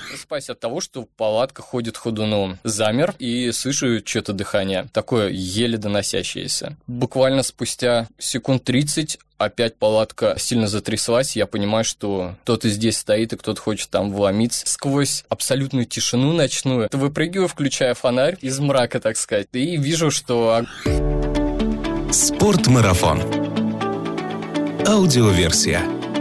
Спасибо от того, что палатка ходит ходуном. Замер и слышу что-то дыхание, такое еле доносящееся. Буквально спустя секунд 30 опять палатка сильно затряслась, я понимаю, что кто-то здесь стоит и кто-то хочет там вломиться. Сквозь абсолютную тишину ночную выпрыгиваю, включая фонарь из мрака, так сказать, и вижу, что... Спортмарафон. Аудиоверсия.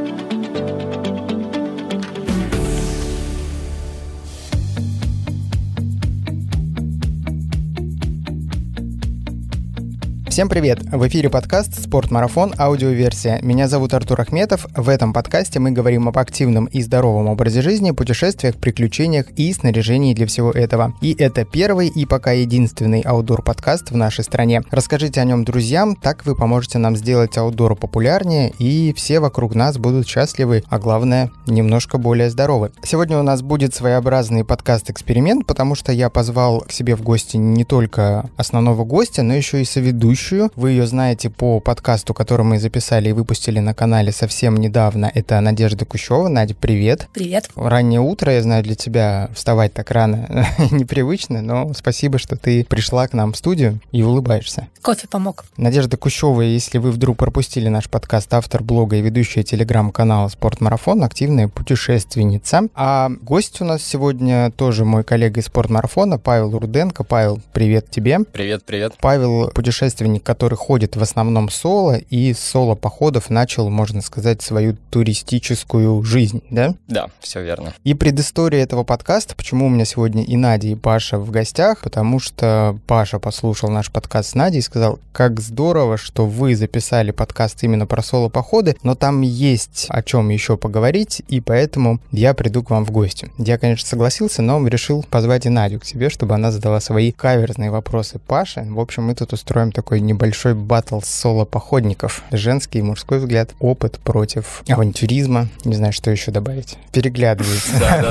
Всем привет! В эфире подкаст «Спортмарафон. Аудиоверсия». Меня зовут Артур Ахметов. В этом подкасте мы говорим об активном и здоровом образе жизни, путешествиях, приключениях и снаряжении для всего этого. И это первый и пока единственный аутдор-подкаст в нашей стране. Расскажите о нем друзьям, так вы поможете нам сделать аутдор популярнее, и все вокруг нас будут счастливы, а главное, немножко более здоровы. Сегодня у нас будет своеобразный подкаст-эксперимент, потому что я позвал к себе в гости не только основного гостя, но еще и соведущую. Вы ее знаете по подкасту, который мы записали и выпустили на канале совсем недавно. Это Надежда Кущева. Надя, привет. Привет. Раннее утро, я знаю, для тебя вставать так рано непривычно, но спасибо, что ты пришла к нам в студию и улыбаешься. Кофе помог. Надежда Кущева, если вы вдруг пропустили наш подкаст, автор блога и ведущая телеграм-канала «Спортмарафон», активная путешественница. А гость у нас сегодня тоже мой коллега из «Спортмарафона» Павел Руденко. Павел, привет тебе. Привет. Павел — путешественник, который ходит в основном соло, и с соло-походов начал, можно сказать, свою туристическую жизнь, да? Да, все верно. И предыстория этого подкаста, почему у меня сегодня и Надя, и Паша в гостях, потому что Паша послушал наш подкаст с Надей и сказал, как здорово, что вы записали подкаст именно про соло-походы, но там есть о чем еще поговорить, и поэтому я приду к вам в гости. Я, конечно, согласился, но решил позвать и Надю к себе, чтобы она задала свои каверзные вопросы Паше. В общем, мы тут устроим такой небольшой баттл соло-походников. Женский и мужской взгляд, опыт против авантюризма. Не знаю, что еще добавить. Переглядывается.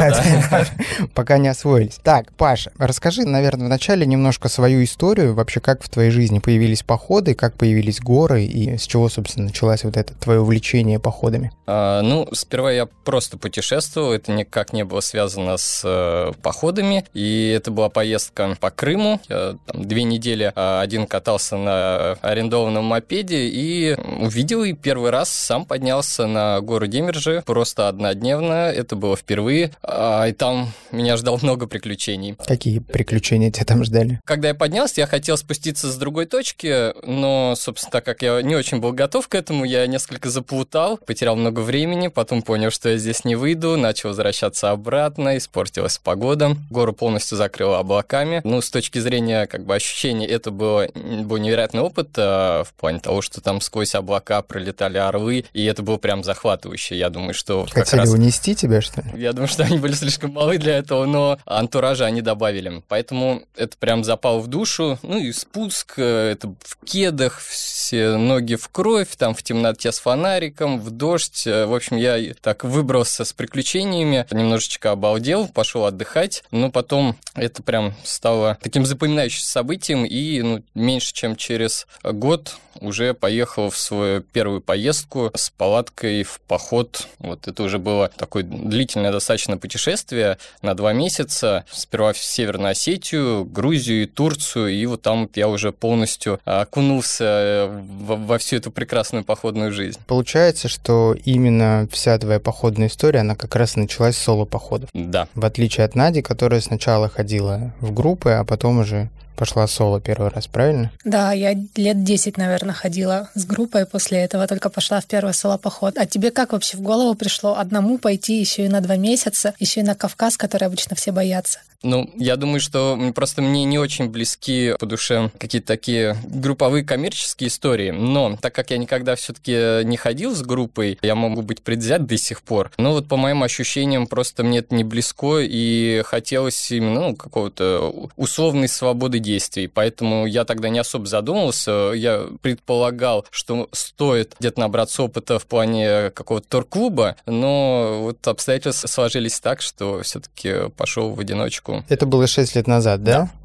Да. Пока не освоились. Так, Паша, расскажи, наверное, вначале немножко свою историю. Вообще, как в твоей жизни появились походы, как появились горы и с чего, собственно, началось вот это твое увлечение походами? Сперва я просто путешествовал. Это никак не было связано с походами. И это была поездка по Крыму. Я 2 недели один катался на арендованном мопеде и увидел, и первый раз сам поднялся на гору Демержи, просто однодневно, это было впервые, и там меня ждало много приключений. Какие приключения тебя там ждали? Когда я поднялся, я хотел спуститься с другой точки, но, собственно, так как я не очень был готов к этому, я несколько заплутал, потерял много времени, потом понял, что я здесь не выйду, начал возвращаться обратно, испортилась погода, гору полностью закрыла облаками. С точки зрения, ощущений, это был невероятный опыт в плане того, что там сквозь облака пролетали орлы, и это было прям захватывающе. Я думаю, что... Хотели унести тебя, что ли? Я думаю, что они были слишком малы для этого, но антуража они добавили. Поэтому это прям запало в душу. И спуск, это в кедах, все ноги в кровь, там в темноте с фонариком, в дождь. В общем, я так выбрался с приключениями, немножечко обалдел, пошел отдыхать, но потом это прям стало таким запоминающимся событием, и меньше чем через год уже поехал в свою первую поездку с палаткой в поход. Вот это уже было такое длительное достаточно путешествие на 2 месяца. Сперва в Северную Осетию, Грузию и Турцию, и вот там я уже полностью окунулся во всю эту прекрасную походную жизнь. Получается, что именно вся твоя походная история, она как раз началась с соло-походов. Да. В отличие от Нади, которая сначала ходила в группы, а потом уже пошла соло первый раз, правильно? Да, я лет 10, наверное, ходила с группой, после этого только пошла в первый соло-поход. А тебе как вообще в голову пришло одному пойти еще и на 2 месяца, еще и на Кавказ, который обычно все боятся? Я думаю, что просто мне не очень близки по душе какие-то такие групповые коммерческие истории, но так как я никогда все-таки не ходил с группой, я могу быть предвзят до сих пор, но вот по моим ощущениям просто мне это не близко, и хотелось именно какого-то условной свободы действий, поэтому я тогда не особо задумывался, я предполагал, что стоит где-то набраться опыта в плане какого-то турклуба, но вот обстоятельства сложились так, что все-таки пошел в одиночку. Это было 6 лет назад, да?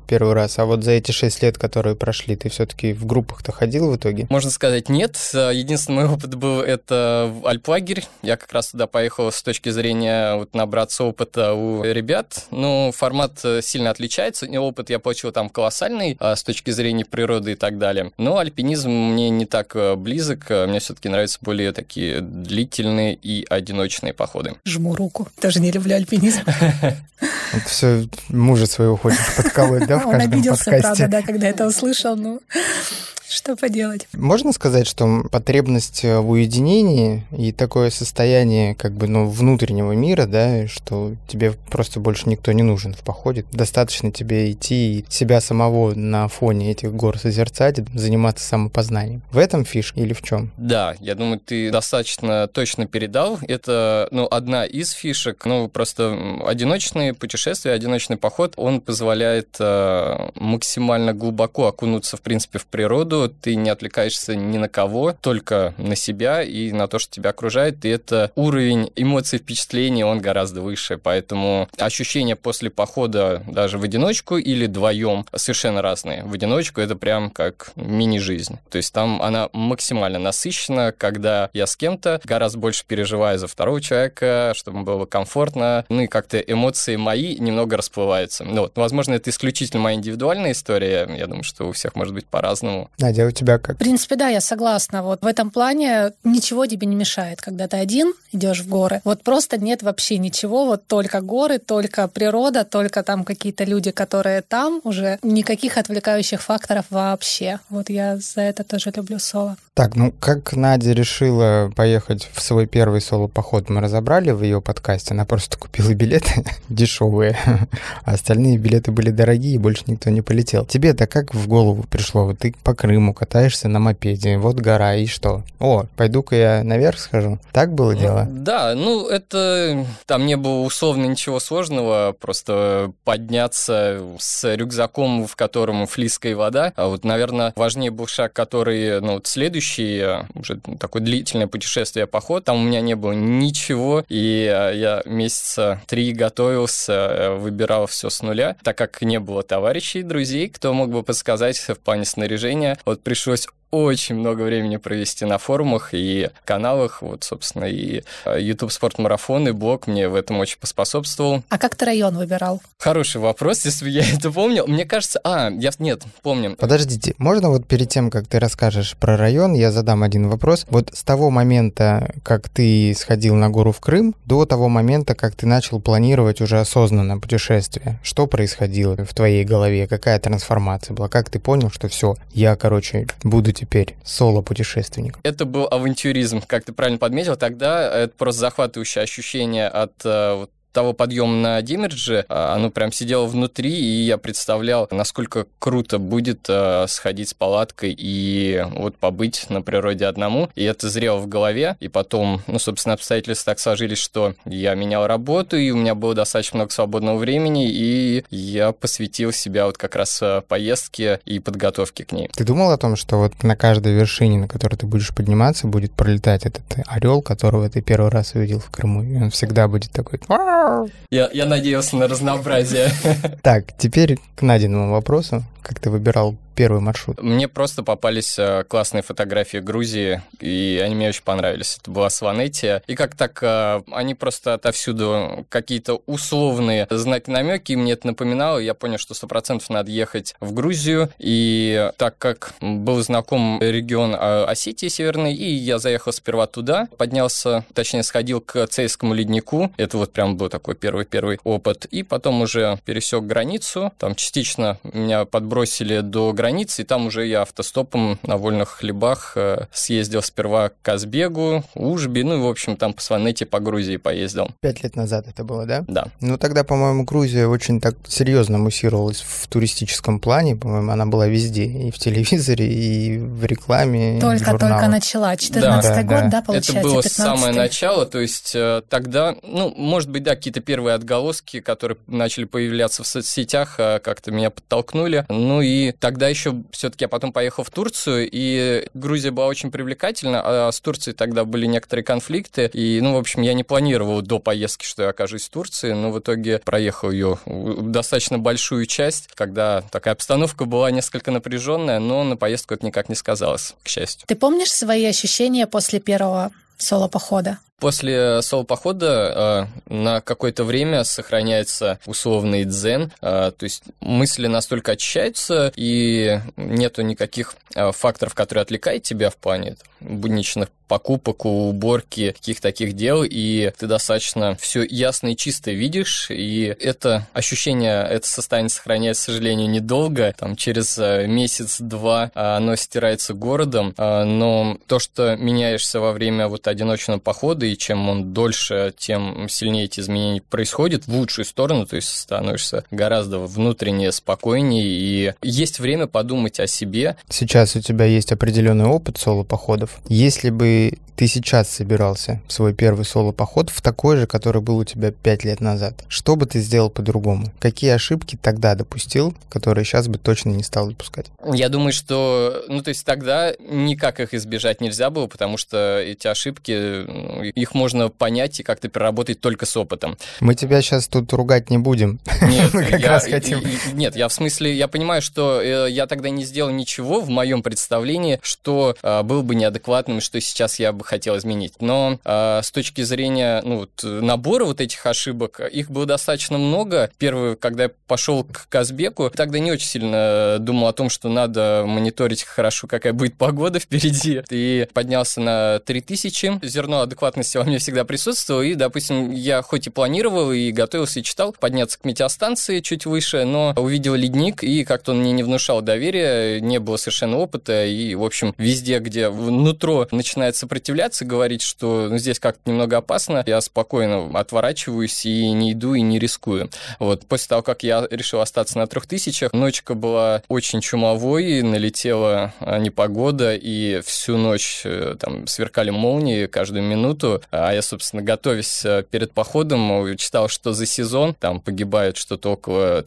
первый раз, а вот за эти 6 лет, которые прошли, ты все-таки в группах-то ходил в итоге? Можно сказать, нет. Единственный мой опыт был это в Альплагерь. Я как раз туда поехал с точки зрения вот набраться опыта у ребят. Ну, формат сильно отличается. Опыт я получил там колоссальный с точки зрения природы и так далее. Но альпинизм мне не так близок. Мне все-таки нравятся более такие длительные и одиночные походы. Жму руку. Тоже не люблю альпинизм. Это все мужа своего хочешь подколоть, да, в каждом подкасте? Он обиделся, правда, да, когда это услышал, ну... Что поделать? Можно сказать, что потребность в уединении и такое состояние как бы, внутреннего мира, да, что тебе просто больше никто не нужен в походе. Достаточно тебе идти и себя самого на фоне этих гор созерцать, заниматься самопознанием. В этом фишка или в чем? Да, я думаю, ты достаточно точно передал. Это, одна из фишек. Просто одиночные путешествия, одиночный поход, он позволяет максимально глубоко окунуться, в принципе, в природу. Ты не отвлекаешься ни на кого, только на себя и на то, что тебя окружает, и это уровень эмоций, впечатлений, он гораздо выше, поэтому ощущения после похода даже в одиночку или вдвоем совершенно разные. В одиночку это прям как мини-жизнь, то есть там она максимально насыщена, когда я с кем-то гораздо больше переживаю за второго человека, чтобы было комфортно, и как-то эмоции мои немного расплываются. Возможно, это исключительно моя индивидуальная история, я думаю, что у всех может быть по-разному. Надя, у тебя как? В принципе, да, я согласна. Вот в этом плане ничего тебе не мешает, когда ты один идешь в горы. Вот просто нет вообще ничего, вот только горы, только природа, только там какие-то люди, которые там, уже никаких отвлекающих факторов вообще. Вот я за это тоже люблю соло. Так, как Надя решила поехать в свой первый соло-поход, мы разобрали в ее подкасте. Она просто купила билеты дешевые, а остальные билеты были дорогие, и больше никто не полетел. Тебе-то как в голову пришло? Вот ты по Крыму катаешься на мопеде, вот гора, и что? Пойду-ка я наверх схожу. Так было дело? Да, это там не было условно ничего сложного, просто подняться с рюкзаком, в котором флиска и вода. А вот, наверное, важнее был шаг, который, следующий, уже такое длительное путешествие, поход, там у меня не было ничего, и я месяца 3 готовился, выбирал все с нуля, так как не было товарищей, друзей, кто мог бы подсказать в плане снаряжения. Вот пришлось очень много времени провести на форумах и каналах, собственно, и YouTube Спортмарафон, и блог мне в этом очень поспособствовал. А как ты район выбирал? Хороший вопрос, если бы я это помнил. Мне кажется, нет, помню. Подождите, можно перед тем, как ты расскажешь про район, я задам один вопрос. Вот с того момента, как ты сходил на гору в Крым, до того момента, как ты начал планировать уже осознанно путешествие, что происходило в твоей голове, какая трансформация была, как ты понял, что все, я, буду теперь соло-путешественник? Это был авантюризм, как ты правильно подметил. Тогда это просто захватывающее ощущение от того подъема на Демерджи, оно прям сидело внутри, и я представлял, насколько круто будет сходить с палаткой и побыть на природе одному. И это зрело в голове, и потом, собственно, обстоятельства так сложились, что я менял работу, и у меня было достаточно много свободного времени, и я посвятил себя как раз поездке и подготовке к ней. Ты думал о том, что на каждой вершине, на которой ты будешь подниматься, будет пролетать этот орел, которого ты первый раз увидел в Крыму, и он всегда будет такой... Я надеялся на разнообразие. Так, теперь к Надиному вопросу. Как ты выбирал первый маршрут? Мне просто попались классные фотографии Грузии, и они мне очень понравились. Это была Сванетия. И как так, они просто отовсюду какие-то условные знаки-намеки, и мне это напоминало. Я понял, что 100% надо ехать в Грузию. И так как был знаком регион Осетии Северной, и я заехал сперва туда, поднялся, точнее, сходил к Цейскому леднику. Это прям был такой первый опыт. И потом уже пересек границу. Там частично меня подбросили до границы, и там уже я автостопом на вольных хлебах съездил сперва к Казбегу, Ужби, в общем, там по Сванете, по Грузии поездил. 5 лет назад это было, да? Да. Тогда, по-моему, Грузия очень так серьезно муссировалась в туристическом плане, по-моему, она была везде, и в телевизоре, и в рекламе, Только начала, 14-й год, да, получается, это было 15-й. самое начало, то есть тогда, может быть, да, какие-то первые отголоски, которые начали появляться в соцсетях, как-то меня подтолкнули, Ну и тогда еще все-таки я потом поехал в Турцию, и Грузия была очень привлекательна, а с Турцией тогда были некоторые конфликты, и, в общем, я не планировал до поездки, что я окажусь в Турции, но в итоге проехал ее достаточно большую часть, когда такая обстановка была несколько напряженная, но на поездку это никак не сказалось, к счастью. Ты помнишь свои ощущения после первого соло-похода? После соло-похода на какое-то время сохраняется условный дзен, то есть мысли настолько очищаются, и нету никаких факторов, которые отвлекают тебя в плане будничных покупок, уборки, каких-то таких дел, и ты достаточно все ясно и чисто видишь, и это ощущение, это состояние сохраняется, к сожалению, недолго, там через месяц-два оно стирается городом, но то, что меняешься во время вот одиночного похода, и чем он дольше, тем сильнее эти изменения происходят в лучшую сторону, то есть становишься гораздо внутренне спокойнее, и есть время подумать о себе. Сейчас у тебя есть определенный опыт соло-походов. Если бы ты сейчас собирался в свой первый соло-поход в такой же, который был у тебя 5 лет назад, что бы ты сделал по-другому? Какие ошибки тогда допустил, которые сейчас бы точно не стал допускать? Я думаю, что, то есть тогда никак их избежать нельзя было, потому что эти ошибки, их можно понять и как-то переработать только с опытом. Мы тебя сейчас тут ругать не будем. Нет, мы как раз хотим. Нет, я в смысле, я понимаю, что я тогда не сделал ничего в моем представлении, что было бы неадекватным, что сейчас я бы хотел изменить. Но с точки зрения набора вот этих ошибок, их было достаточно много. Первый, когда я пошел к Казбеку, тогда не очень сильно думал о том, что надо мониторить хорошо, какая будет погода впереди. И поднялся на 3000. Зерно адекватности во мне всегда присутствовало. И, допустим, я хоть и планировал, и готовился, и читал подняться к метеостанции чуть выше, но увидел ледник, и как-то он мне не внушал доверия, не было совершенно опыта. И, в общем, везде, где нутро начинает сопротивляться, говорить, что здесь как-то немного опасно, я спокойно отворачиваюсь и не иду, и не рискую. Вот. После того, как я решил остаться на 3000, ночка была очень чумовой, налетела непогода, и всю ночь там сверкали молнии каждую минуту, а я, собственно, готовясь перед походом, читал, что за сезон там погибает что-то около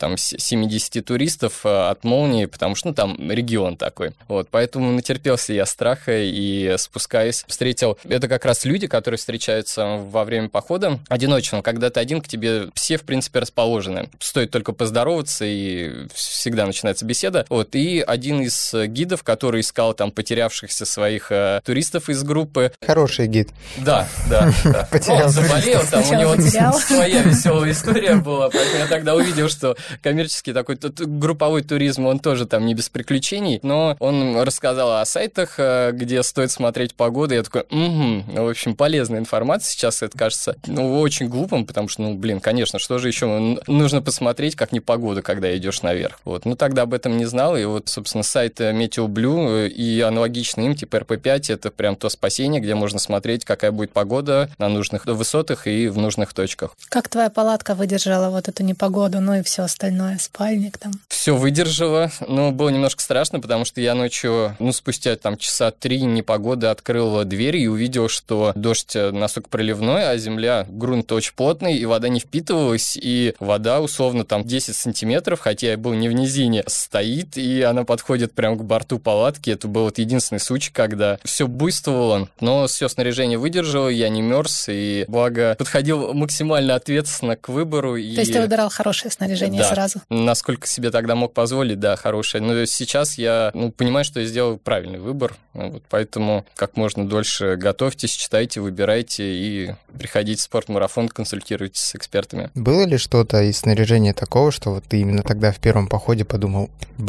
70 туристов от молнии, потому что, там регион такой. Вот. Поэтому натерпелся я страха и спускаюсь, встретил. Это как раз люди, которые встречаются во время похода одиночного. Когда ты один, к тебе все, в принципе, расположены. Стоит только поздороваться, и всегда начинается беседа. Вот. И один из гидов, который искал там потерявшихся своих туристов из группы. Хороший гид. Да. Потерял. Он заболел, там у него своя веселая история была. Поэтому я тогда увидел, что коммерческий такой групповой туризм, он тоже там не без приключений. Но он рассказал о сайтах, где стоит смотреть погоду. Я такой, в общем, полезная информация. Сейчас это кажется, очень глупым, потому что, конечно, что же еще нужно посмотреть, как не погода, когда идешь наверх. Вот. Тогда об этом не знал, и вот, собственно, сайт MeteoBlue и аналогичный им, типа RP5, это прям то спасение, где можно смотреть, какая будет погода на нужных высотах и в нужных точках. Как твоя палатка выдержала вот эту непогоду, и все остальное, спальник там? Все выдержало, но было немножко страшно, потому что я ночью, спустя часа 3 непогоды открыл дверь и увидел, что дождь настолько проливной, а земля, грунт очень плотный, и вода не впитывалась, и вода условно 10 сантиметров, хотя я был не в низине, стоит, и она подходит прямо к борту палатки. Это был единственный случай, когда все буйствовало, но все снаряжение выдержало, я не мерз, и благо подходил максимально ответственно к выбору. То есть ты выбирал хорошее снаряжение сразу? Насколько себе тогда мог позволить, да, хорошее. Но сейчас я понимаю, что я сделал правильный выбор, поэтому как можно дольше готовьтесь, читайте, выбирайте и приходите в спортмарафон, консультируйтесь с экспертами. Было ли что-то из снаряжения такого, что ты именно тогда в первом походе подумал,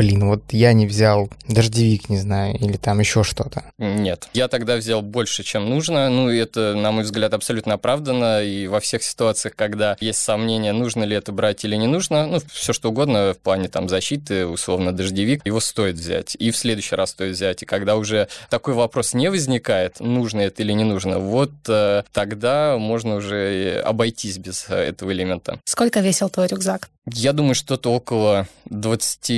я не взял дождевик, не знаю, или там еще что-то? Нет. Я тогда взял больше, чем нужно. Это, на мой взгляд, абсолютно оправданно. И во всех ситуациях, когда есть сомнения, нужно ли это брать или не нужно, все что угодно в плане защиты, условно, дождевик, его стоит взять. И в следующий раз стоит взять. И когда уже такой вопрос не возникает, нужно это или не нужно, тогда можно уже обойтись без этого элемента. Сколько весил твой рюкзак? Я думаю, что-то около 20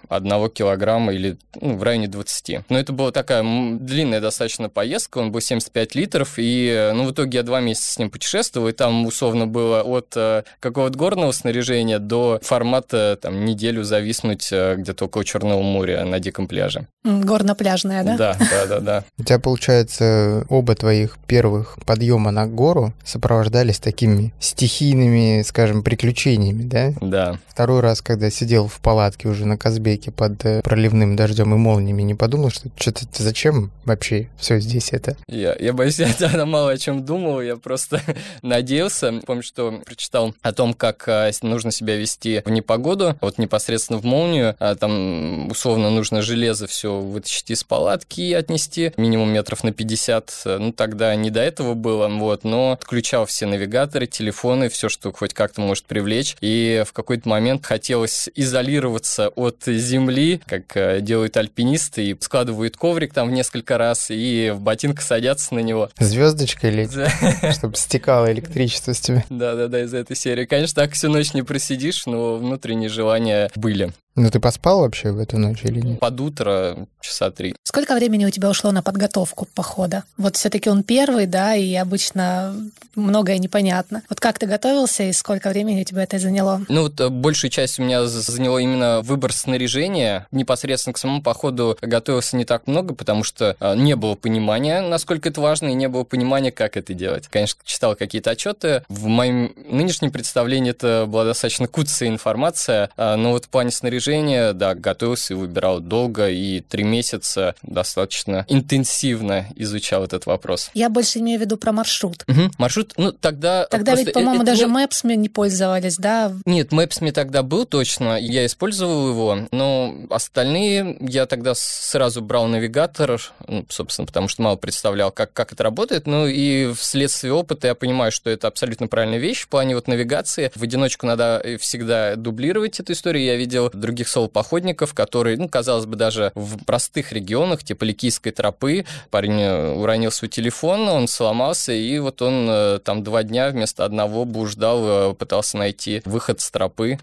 1 килограмма или в районе 20. Но это была такая длинная достаточно поездка, он был 75 литров, и в итоге я 2 месяца с ним путешествовал, и там условно было от какого-то горного снаряжения до формата неделю зависнуть где-то около Черного моря на диком пляже. Горно-пляжная, да? Да. У тебя, получается, оба твоих первых подъема на гору сопровождались такими стихийными, скажем, приключениями, да? Да. Второй раз, когда сидел в палатке уже на Казбеке под проливным дождем и молниями, не подумал, что что-то зачем вообще все здесь это? Я боюсь, я тогда мало о чем думал, я просто надеялся. Помню, что прочитал о том, как нужно себя вести в непогоду, вот непосредственно в молнию. Там условно нужно железо все вытащить из палатки и отнести минимум метров на 50. Тогда не до этого было, но отключал все навигаторы, телефоны, все, что хоть как-то может привлечь. И в какой-то момент хотелось изолироваться от земли, как делают альпинисты, и складывают коврик там в несколько раз, и в ботинках садятся на него. Звездочкой лить, чтобы стекало электричество с тебя. Да, из этой серии. Конечно, так всю ночь не просидишь, но внутренние желания были. Ну, ты поспал вообще в эту ночь или нет? Под утро часа 3. Сколько времени у тебя ушло на подготовку похода? Вот все-таки он первый, да, и обычно многое непонятно. Вот как ты готовился и сколько времени у тебя это заняло? Большую часть у меня заняло именно выбор снаряжения. Непосредственно к самому походу готовился не так много, потому что не было понимания, насколько это важно, и не было понимания, как это делать. Конечно, читал какие-то отчеты. В моем нынешнем представлении это была достаточно куцая информация, но в плане снаряжения, готовился и выбирал долго, и 3 месяца достаточно интенсивно изучал этот вопрос. Я больше имею в виду про маршрут. Маршрут, тогда... Тогда ведь, по-моему, даже Maps.me не пользовались, да? Нет, Maps.me тогда был точно, я использовал его, но остальные я тогда сразу брал навигатор, собственно, потому что мало представлял, как это работает, и вследствие опыта я понимаю, что это абсолютно правильная вещь в плане навигации. В одиночку надо всегда дублировать эту историю. Я видел других соло-походников, которые, казалось бы, даже в простых регионах, типа Ликийской тропы, парень уронил свой телефон, он сломался, и он там 2 дня вместо одного блуждал, пытался найти выход с тропы.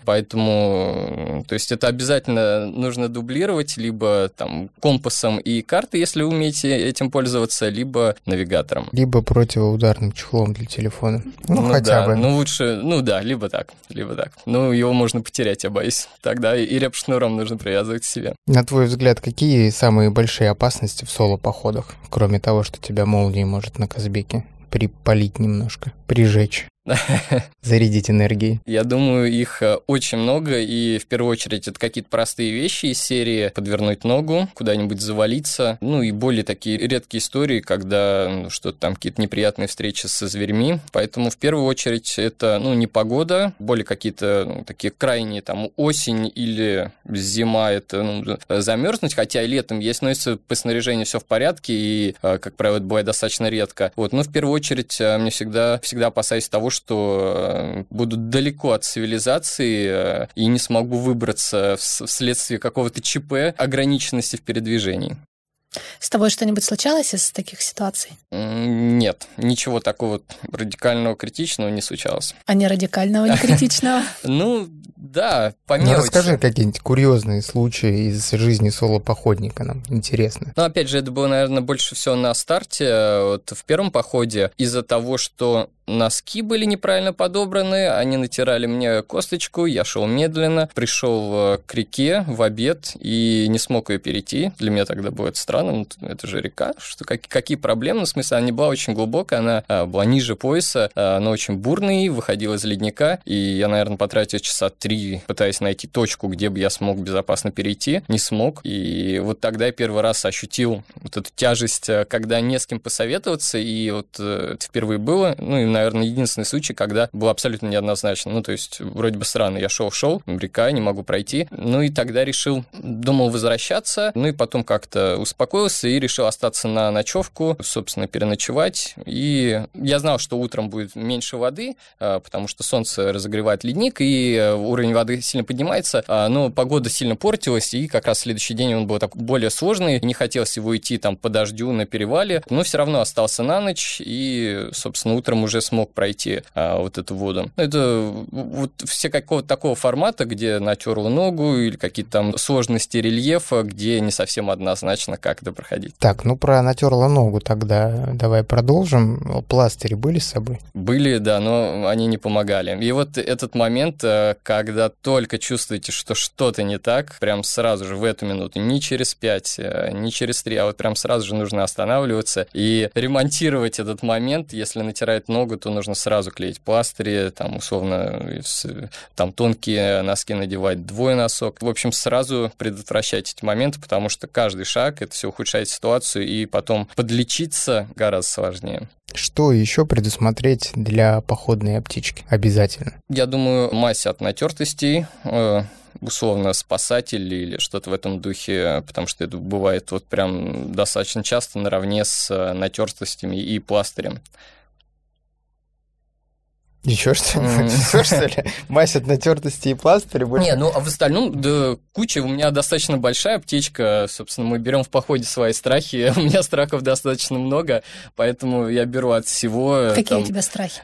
Поэтому, то есть это обязательно нужно дублировать либо компасом и картой, если вы умеете этим пользоваться, либо навигатором. Либо противоударным чехлом для телефона. Хотя бы. Лучше, либо так. Его можно потерять, я боюсь. Тогда и репшнуром нужно привязывать к себе. На твой взгляд, какие самые большие опасности в соло-походах, кроме того, что тебя молнией может на Казбеке припалить немножко, прижечь? Зарядить энергией. Я думаю, их очень много, и в первую очередь это какие-то простые вещи из серии подвернуть ногу, куда-нибудь завалиться, и более такие редкие истории, когда что-то там, какие-то неприятные встречи со зверьми, поэтому в первую очередь это, непогода, более какие-то такие крайние, осень или зима, это замерзнуть, хотя и летом есть, но если по снаряжению все в порядке, и, как правило, это бывает достаточно редко. Но в первую очередь мне всегда опасаюсь того, что буду далеко от цивилизации и не смогу выбраться вследствие какого-то ЧП, ограниченности в передвижении. С тобой что-нибудь случалось из таких ситуаций? Нет, ничего такого радикального, критичного не случалось. А не радикального, не критичного? Да, по мелочи. Расскажи какие-нибудь курьезные случаи из жизни соло-походника, нам интересно. Опять же, это было, наверное, больше всего на старте. В первом походе из-за того, что носки были неправильно подобраны, они натирали мне косточку, я шел медленно, пришел к реке в обед и не смог ее перейти. Для меня тогда было это странно, это же река, какие проблемы? В смысле, она не была очень глубокая, она была ниже пояса, она очень бурная, выходила из ледника, и я, наверное, потратил часа 3, пытаясь найти точку, где бы я смог безопасно перейти, не смог, и тогда я первый раз ощутил эту тяжесть, когда не с кем посоветоваться, и это впервые было, и, наверное, единственный случай, когда было абсолютно неоднозначно. То есть, вроде бы странно, я шел, река, не могу пройти. И тогда думал возвращаться, и потом как-то успокоился и решил остаться на ночевку, собственно, переночевать. И я знал, что утром будет меньше воды, потому что солнце разогревает ледник, и уровень воды сильно поднимается, но погода сильно портилась, и как раз следующий день он был более сложный, не хотелось его идти по дождю на перевале, но все равно остался на ночь, и, собственно, утром уже смог пройти вот эту воду. Это вот все какого-то такого формата, где натерла ногу, или какие-то там сложности рельефа, где не совсем однозначно, как это проходить. Так, ну про натерла ногу тогда давай продолжим. Пластыри были с собой? Были, да, но они не помогали. И вот этот момент, когда только чувствуете, что что-то не так, прям сразу же в эту минуту, не через 5, не через 3, а вот прям сразу же нужно останавливаться и ремонтировать этот момент. Если натирает ногу, то нужно сразу клеить пластыри, там, условно, там тонкие носки надевать, двой носок. В общем, сразу предотвращать эти моменты, потому что каждый шаг, это все ухудшает ситуацию, и потом подлечиться гораздо сложнее. Что еще предусмотреть для походной аптечки обязательно? Я думаю, мазь от натертостей, условно спасатель или что-то в этом духе, потому что это бывает вот прям достаточно часто наравне с натертостями и пластырем. Еще что-нибудь? Все, что ли? Мазь от натертости и пластыря? Не, ну а в остальном, да, куча. У меня достаточно большая аптечка. Собственно, мы берем в походе свои страхи. У меня страхов достаточно много, поэтому я беру от всего. Какие у тебя страхи?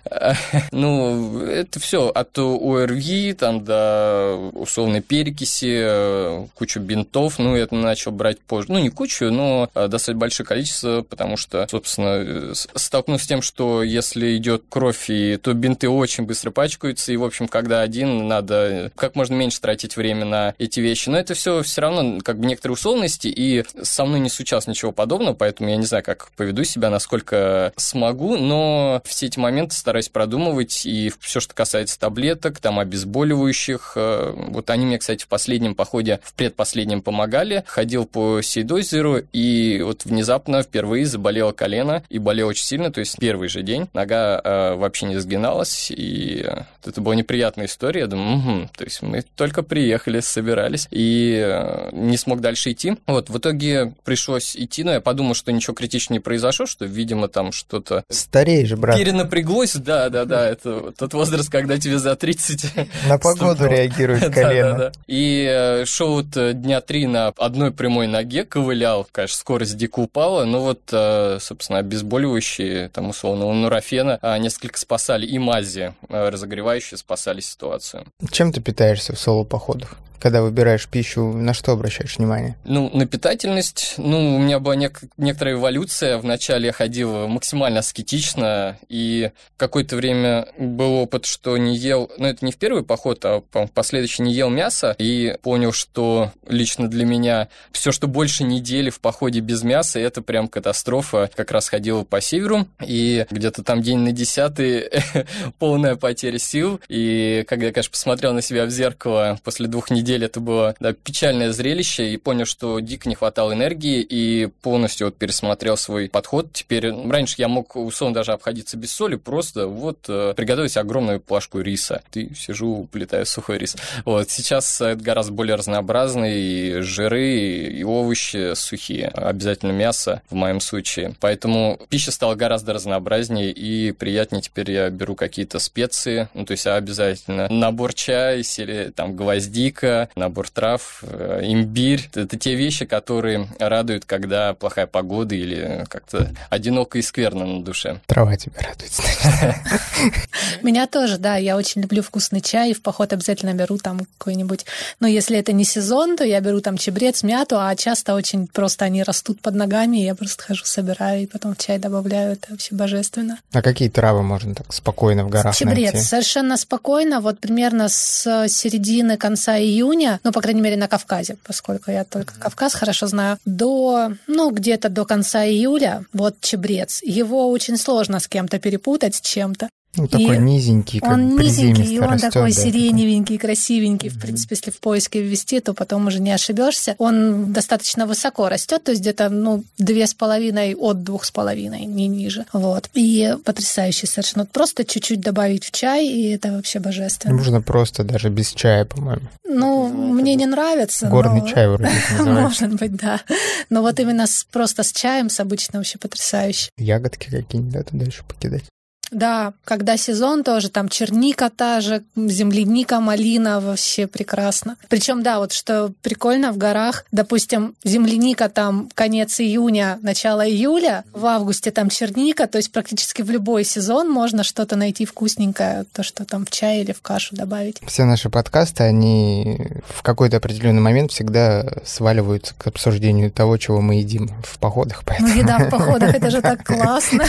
Ну, это все от ОРВИ, там, до условной перекиси, кучу бинтов. Ну, я начал брать позже. Ну, не кучу, но достаточно большое количество, потому что, собственно, столкнулся с тем, что если идет кровь, то бинты очень быстро пачкаются, и, в общем, когда один, надо как можно меньше тратить время на эти вещи. Но это все равно как бы некоторые условности, и со мной не случалось ничего подобного, поэтому я не знаю, как поведу себя, насколько смогу, но все эти моменты стараюсь продумывать, и все, что касается таблеток, там, обезболивающих, вот они мне, кстати, в последнем походе, в предпоследнем помогали, ходил по Сейдозеру, и вот внезапно впервые заболело колено, и болело очень сильно, то есть первый же день, нога вообще не сгиналась, и это была неприятная история. Я думаю, то есть мы только приехали, собирались, и не смог дальше идти. Вот, в итоге пришлось идти, но я подумал, что ничего критичного не произошло, что, видимо, там что-то... Стареешь, брат. Перенапряглось, да, это тот возраст, когда тебе за 30. На погоду реагирует колено. Да. И шел вот дня 3 на одной прямой ноге, ковылял, конечно, скорость дико упала, но вот, собственно, обезболивающие, там, условно, нурофена несколько спасали, и мази разогревающие спасали ситуацию. Чем ты питаешься в соло-походах? Когда выбираешь пищу, на что обращаешь внимание? Ну, на питательность. Ну, у меня была некоторая эволюция. Вначале я ходил максимально аскетично, и какое-то время был опыт, что не ел... Ну, это не в первый поход, а в последующий не ел мясо, и понял, что лично для меня все, что больше недели в походе без мяса, это прям катастрофа. Как раз ходил по северу, и где-то там день на 10-й полная потеря сил, и когда я, конечно, посмотрел на себя в зеркало после 2 недель, это было печальное зрелище, и понял, что дико не хватало энергии, и полностью вот пересмотрел свой подход. Теперь, раньше я мог, условно, даже обходиться без соли, просто вот приготовить огромную плашку риса. Сижу, уплетаю сухой рис. Вот, сейчас это гораздо более разнообразный, и жиры, и овощи сухие, обязательно мясо в моем случае. Поэтому пища стала гораздо разнообразнее и приятнее. Теперь я беру какие-то специи, ну, то есть обязательно набор чая, или там гвоздика, набор трав, имбирь. Это те вещи, которые радуют, когда плохая погода или как-то одиноко и скверно на душе. Трава тебя радует, значит. Меня тоже, да. Я очень люблю вкусный чай, и в поход обязательно беру там какой-нибудь... Но если это не сезон, то я беру там чабрец, мяту, а часто очень просто они растут под ногами, и я просто хожу, собираю, и потом в чай добавляю. Это вообще божественно. А какие травы можно так спокойно в горах чабрец найти? Совершенно спокойно. Вот примерно с середины, конца июня, ну, по крайней мере, на Кавказе, поскольку я только Кавказ хорошо знаю, где-то до конца июля, вот чабрец. Его очень сложно с кем-то перепутать, с чем-то. Ну, такой низенький, как он низенький, и он растет, такой да, сиреневенький, красивенький. В принципе, если в поиске ввести, то потом уже не ошибешься. Он достаточно высоко растет, то есть где-то 2,5 от 2,5, не ниже. Вот. И потрясающий совершенно. Просто чуть-чуть добавить в чай, и это вообще божественно. Можно просто даже без чая, по-моему. Ну, мне не нравится. Горный чай вроде называется. Может быть, да. Но вот именно просто с чаем, с обычным, вообще потрясающе. Ягодки какие-нибудь, да, туда еще покидать. Да, когда сезон тоже, там черника та же, земляника, малина, вообще прекрасно. Причем, да, вот что прикольно в горах, допустим, земляника там конец июня, начало июля, в августе там черника, то есть практически в любой сезон можно что-то найти вкусненькое, то, что там в чай или в кашу добавить. Все наши подкасты, они в какой-то определенный момент всегда сваливаются к обсуждению того, чего мы едим в походах. Ну, еда в походах, это же так классно.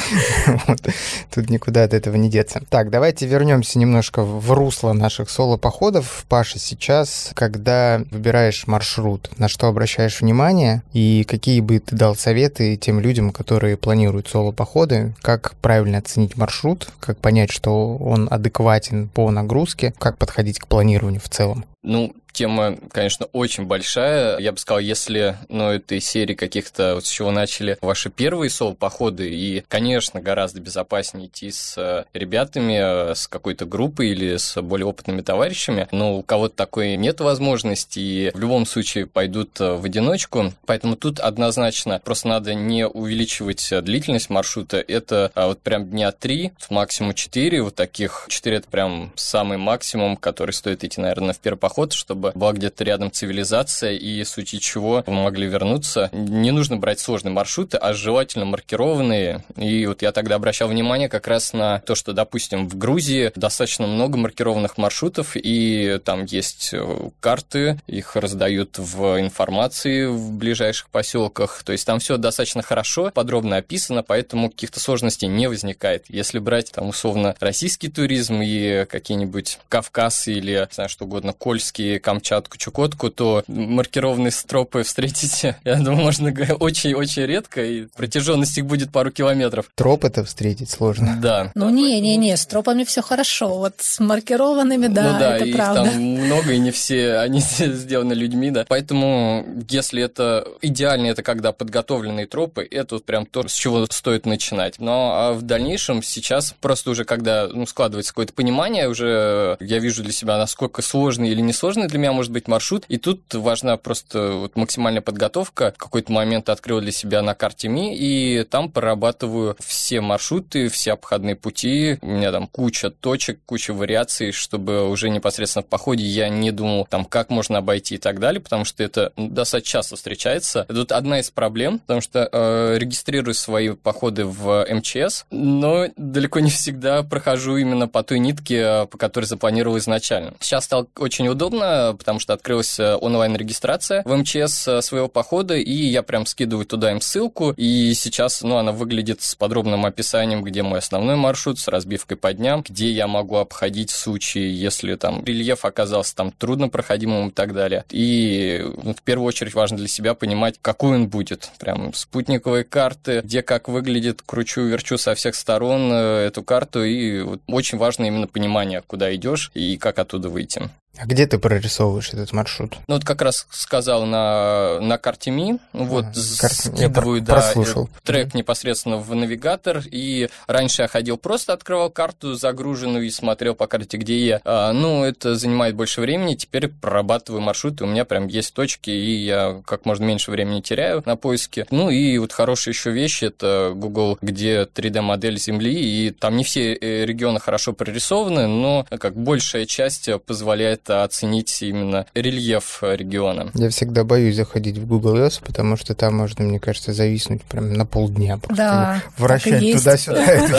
Тут никуда от этого не деться. Так, давайте вернемся немножко в русло наших соло-походов. Паша, сейчас, когда выбираешь маршрут, на что обращаешь внимание и какие бы ты дал советы тем людям, которые планируют соло-походы, как правильно оценить маршрут, как понять, что он адекватен по нагрузке, как подходить к планированию в целом? Ну, тема, конечно, очень большая. Я бы сказал, если, это из серии каких-то, вот с чего начали ваши первые соло-походы, и, конечно, гораздо безопаснее идти с ребятами, с какой-то группой или с более опытными товарищами, но у кого-то такой нет возможности, и в любом случае пойдут в одиночку, поэтому тут однозначно просто надо не увеличивать длительность маршрута, это вот прям дня 3, максимум 4, вот таких 4 это прям самый максимум, который стоит идти, наверное, в первый поход, чтобы была где-то рядом цивилизация, и в случае чего вы могли вернуться. Не нужно брать сложные маршруты, а желательно маркированные. И вот я тогда обращал внимание как раз на то, что, допустим, в Грузии достаточно много маркированных маршрутов, и там есть карты, их раздают в информации в ближайших поселках. То есть там все достаточно хорошо, подробно описано, поэтому каких-то сложностей не возникает. Если брать там условно российский туризм и какие-нибудь Кавказ или, не знаю, что угодно, Кольские, Камчатку, Чукотку, то маркированные стропы встретите, я думаю, можно очень-очень редко, и протяженность их будет пару километров. Тропы-то встретить сложно. Да. Ну, не, с тропами все хорошо, вот с маркированными, да, это их правда. Там много, и не все они сделаны людьми, да. Поэтому, если это идеально, это когда подготовленные тропы, это вот прям то, с чего стоит начинать. Но в дальнейшем сейчас просто уже, когда складывается какое-то понимание, уже я вижу для себя, насколько сложный или несложный для меня может быть маршрут, и тут важна просто вот максимальная подготовка. В какой-то момент открыл для себя на карте МИ, и там прорабатываю все маршруты, все обходные пути. У меня там куча точек, куча вариаций, чтобы уже непосредственно в походе я не думал, там, как можно обойти и так далее, потому что это достаточно часто встречается. Это вот одна из проблем, потому что регистрирую свои походы в МЧС, но далеко не всегда прохожу именно по той нитке, по которой запланировал изначально. Сейчас стало очень удобно, потому что открылась онлайн-регистрация в МЧС своего похода, и я прям скидываю туда им ссылку, и сейчас, она выглядит с подробным описанием, где мой основной маршрут, с разбивкой по дням, где я могу обходить в случае, если там рельеф оказался там труднопроходимым и так далее. И в первую очередь важно для себя понимать, какой он будет. Прям спутниковые карты, где как выглядит, кручу-верчу со всех сторон эту карту, и очень важно именно понимание, куда идешь и как оттуда выйти. А где ты прорисовываешь этот маршрут? Как раз сказал на карте МИ, скидываю, трек непосредственно в навигатор, и раньше я ходил, просто открывал карту загруженную и смотрел по карте, где я. Это занимает больше времени, теперь прорабатываю маршруты, у меня прям есть точки, и я как можно меньше времени теряю на поиске. И хорошая еще вещь, это Google, где 3D-модель Земли, и там не все регионы хорошо прорисованы, но большая часть позволяет оценить именно рельеф региона. Я всегда боюсь заходить в Google Earth, потому что там можно, мне кажется, зависнуть прям на полдня. Да, вращать туда-сюда эту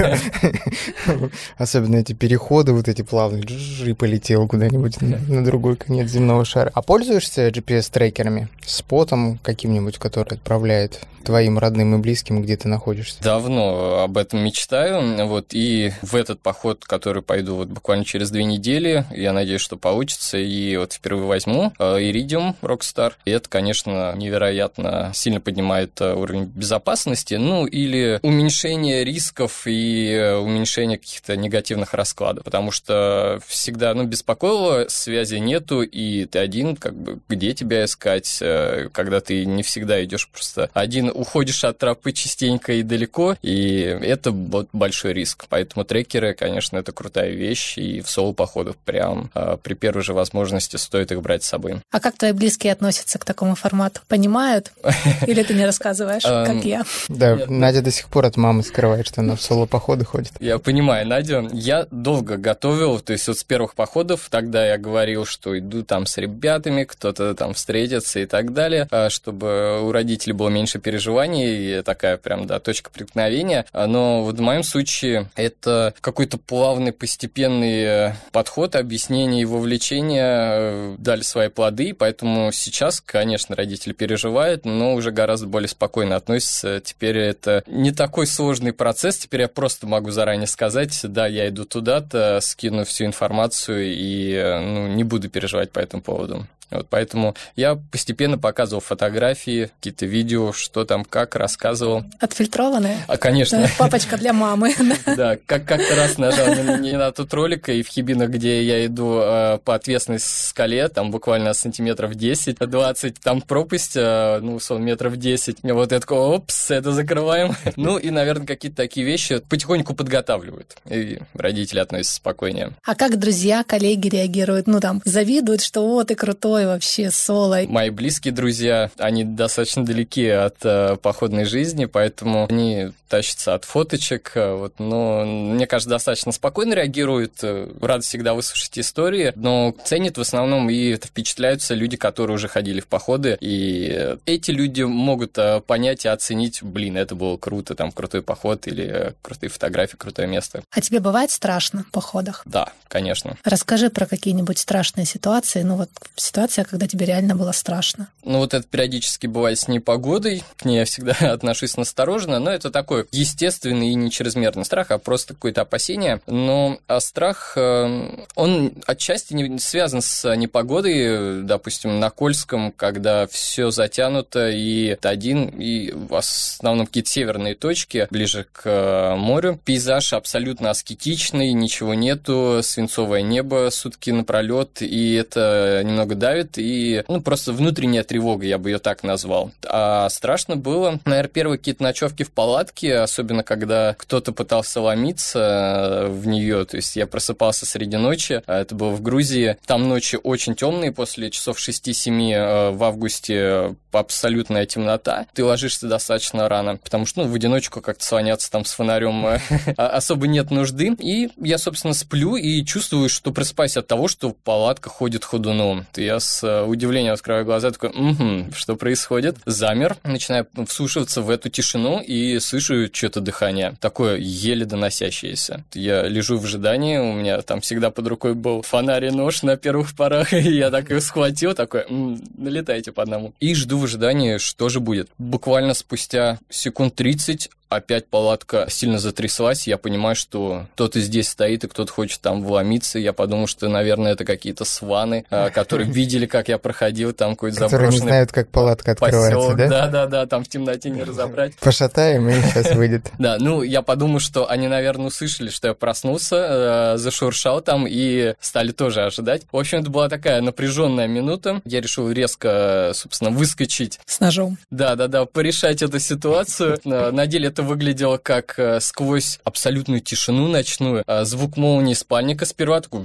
землю. Особенно эти переходы эти плавные, и полетел куда-нибудь на другой конец земного шара. А пользуешься GPS-трекерами? Спотом каким-нибудь, который отправляет твоим родным и близким, где ты находишься? Давно об этом мечтаю, и в этот поход, который пойду буквально через 2 недели, я надеюсь, что получится, и впервые возьму Iridium Rockstar, и это, конечно, невероятно сильно поднимает уровень безопасности, или уменьшение рисков и уменьшение каких-то негативных раскладов, потому что всегда, беспокоило, связи нету, и ты один, где тебя искать, когда ты не всегда идешь просто один, уходишь от тропы частенько и далеко, и это большой риск. Поэтому трекеры, конечно, это крутая вещь, и в соло-походах прям при первой же возможности стоит их брать с собой. А как твои близкие относятся к такому формату? Понимают? Или ты не рассказываешь, как я? Да, Надя до сих пор от мамы скрывает, что она в соло-походы ходит. Я понимаю, Надю. Я долго готовил, то есть вот с первых походов, тогда я говорил, что иду там с ребятами, кто-то там встретится и так далее, чтобы у родителей было меньше переживаний, и такая прям, да, точка преткновения. Но вот в моем случае это какой-то плавный, постепенный подход, объяснение и вовлечение дали свои плоды, поэтому сейчас, конечно, родители переживают, но уже гораздо более спокойно относятся. Теперь это не такой сложный процесс, теперь я просто могу заранее сказать, да, я иду туда-то, скину всю информацию и не буду переживать по этому поводу. Вот, поэтому я постепенно показывал фотографии, какие-то видео, что там, как, рассказывал. Отфильтрованные? Конечно. Да, папочка для мамы. Да, как-то раз нажал не на тот ролик, и в Хибинах, где я иду по отвесной скале, там буквально сантиметров 10-20, там пропасть, условно, метров 10. Вот я такой, опс, это закрываем. Ну и, наверное, какие-то такие вещи потихоньку подготавливают, и родители относятся спокойнее. А как друзья, коллеги реагируют? Завидуют, что вот ты крутой вообще, соло. Мои близкие друзья, они достаточно далеки от походной жизни, поэтому они тащатся от фоточек, но мне кажется, достаточно спокойно реагируют, рады всегда выслушать истории, но ценят в основном и впечатляются люди, которые уже ходили в походы, и эти люди могут понять и оценить, это было круто, там, крутой поход или крутые фотографии, крутое место. А тебе бывает страшно в походах? Да, конечно. Расскажи про какие-нибудь страшные ситуации, ситуация, когда тебе реально было страшно. Это периодически бывает с непогодой, к ней я всегда отношусь настороженно, но это такой естественный и не чрезмерный страх, а просто какое-то опасение. Но страх, он отчасти не связан с непогодой, допустим, на Кольском, когда все затянуто, и один, и в основном какие-то северные точки, ближе к морю. Пейзаж абсолютно аскетичный, ничего нету, свинцовое небо сутки напролет, и это немного давит, и просто внутренняя тревога, я бы ее так назвал. А страшно было, наверное, первые какие-то ночевки в палатке, особенно когда кто-то пытался ломиться в нее, то есть я просыпался среди ночи, это было в Грузии, там ночи очень темные, после часов 6-7 в августе абсолютная темнота, ты ложишься достаточно рано, потому что, в одиночку как-то слоняться там с фонарем особо нет нужды, и я, собственно, сплю и чувствую, что просыпаюсь от того, что палатка ходит ходуном. Я с удивлением открываю глаза, такой, что происходит? Замер, начинаю вслушиваться в эту тишину и слышу что-то дыхание, такое еле доносящееся. Я лежу в ожидании, у меня там всегда под рукой был фонарь и нож на первых порах, и я так их схватил, такой, налетайте по одному. И жду в ожидании, что же будет. Буквально спустя секунд 30 опять палатка сильно затряслась, я понимаю, что кто-то здесь стоит и кто-то хочет там вломиться. Я подумал, что, наверное, это какие-то сваны, которые видели, как я проходил, там какой-то заброшенный... Которые не знают, как палатка открывается, да? Да, там в темноте не разобрать. Пошатаем, и сейчас выйдет. Да, я подумал, что они, наверное, услышали, что я проснулся, зашуршал там и стали тоже ожидать. В общем, это была такая напряженная минута. Я решил резко, собственно, выскочить. С ножом. Да, порешать эту ситуацию. На деле это выглядело как сквозь абсолютную тишину ночную. Звук молнии спальника сперва такой...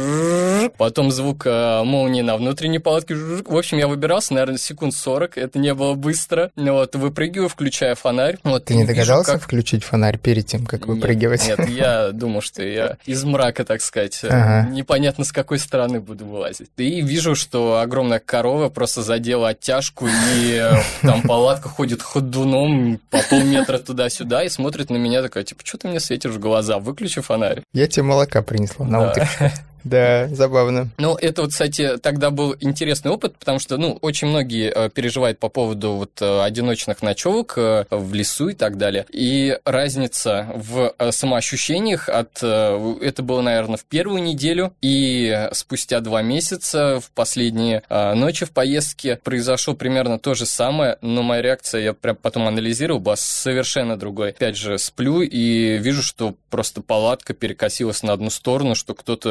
Потом звук молнии на внутренней палатке. В общем, я выбирался, наверное, секунд 40. Это не было быстро. Выпрыгиваю, включаю фонарь. Ты не догадался включить фонарь перед тем, как выпрыгивать? Нет, я думал, что я из мрака, так сказать, непонятно с какой стороны буду вылазить. И вижу, что огромная корова просто задела оттяжку, и там палатка ходит ходуном по полметра туда-сюда и смотрит на меня такая, что ты мне светишь в глаза, выключи фонарь. Я тебе молока принесла на утро. Да, забавно. Это кстати, тогда был интересный опыт, потому что, очень многие переживают по поводу одиночных ночевок в лесу и так далее. И разница в самоощущениях это было, наверное, в первую неделю, и спустя 2 месяца, в последние ночи в поездке, произошло примерно то же самое, но моя реакция, я прям потом анализировал, была совершенно другой. Опять же, сплю и вижу, что просто палатка перекосилась на одну сторону, что кто-то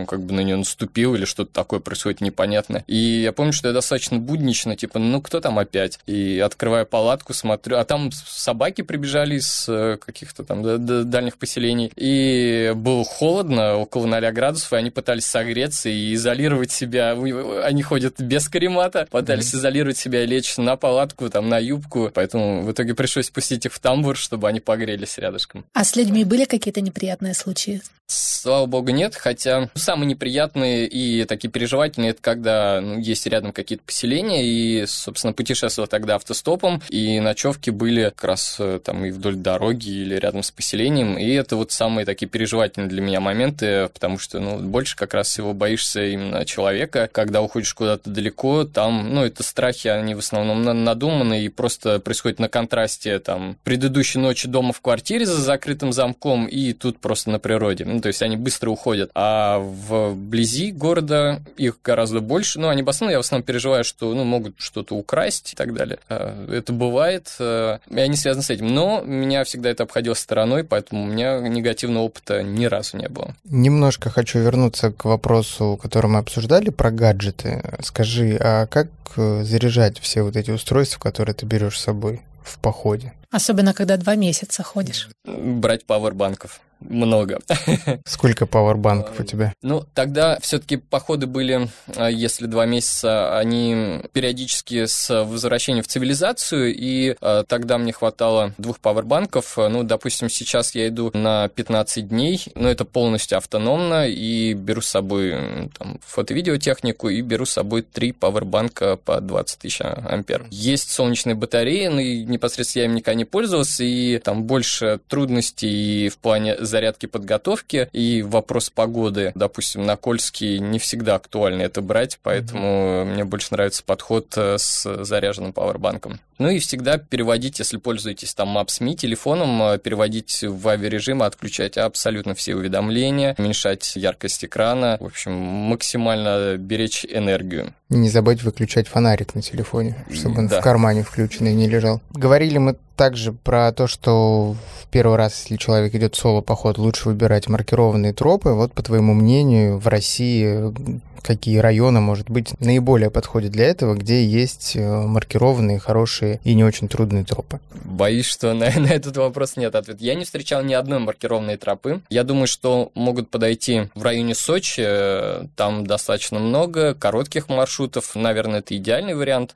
как бы на нее наступил или что-то такое происходит непонятное. И я помню, что я достаточно буднично, типа, ну, кто там опять? И открываю палатку, смотрю, а там собаки прибежали из каких-то там дальних поселений. И было холодно, около 0 градусов, и они пытались согреться и изолировать себя. Они ходят без каремата, пытались изолировать себя и лечь на палатку, там, на юбку. Поэтому в итоге пришлось пустить их в тамбур, чтобы они погрелись рядышком. А с людьми были какие-то неприятные случаи? Слава богу, нет, хотя самые неприятные и такие переживательные, это когда есть рядом какие-то поселения, и, собственно, путешествовал тогда автостопом, и ночевки были как раз там и вдоль дороги, или рядом с поселением, и это вот самые такие переживательные для меня моменты, потому что, больше как раз всего боишься именно человека, когда уходишь куда-то далеко, там, это страхи, они в основном надуманы, и просто происходит на контрасте, там, предыдущей ночи дома в квартире за закрытым замком, и тут просто на природе. То есть они быстро уходят. А вблизи города их гораздо больше. Они бассейны, я в основном переживаю, что могут что-то украсть и так далее. Это бывает, и они связаны с этим. Но меня всегда это обходило стороной, поэтому у меня негативного опыта ни разу не было. Немножко хочу вернуться к вопросу, который мы обсуждали, про гаджеты. Скажи, а как заряжать все вот эти устройства, которые ты берешь с собой в походе? Особенно, когда 2 месяца ходишь. Брать пауэрбанков. Много. Сколько пауэрбанков у тебя? Тогда все-таки походы были, если 2 месяца, они периодически с возвращением в цивилизацию, и тогда мне хватало 2 пауэрбанков. Допустим, сейчас я иду на 15 дней, но это полностью автономно, и беру с собой там фото-видеотехнику, и беру с собой 3 пауэрбанка по 20 тысяч ампер. Есть солнечные батареи, но и непосредственно я им никогда не пользовался, и там больше трудностей в плане зарядки, подготовки, и вопрос погоды, допустим, на Кольский не всегда актуально это брать, поэтому мне больше нравится подход с заряженным пауэрбанком. И всегда переводить, если пользуетесь там Maps.me телефоном, переводить в авиарежим, отключать абсолютно все уведомления, уменьшать яркость экрана, в общем, максимально беречь энергию. Не забыть выключать фонарик на телефоне, чтобы он в кармане включенный не лежал. Говорили мы также про то, что в первый раз, если человек идет в соло-поход, лучше выбирать маркированные тропы. Вот, по твоему мнению, в России какие районы, может быть, наиболее подходят для этого, где есть маркированные, хорошие и не очень трудные тропы? Боюсь, что на этот вопрос нет ответа. Я не встречал ни одной маркированной тропы. Я думаю, что могут подойти в районе Сочи. Там достаточно много коротких маршрутов. Наверное, это идеальный вариант.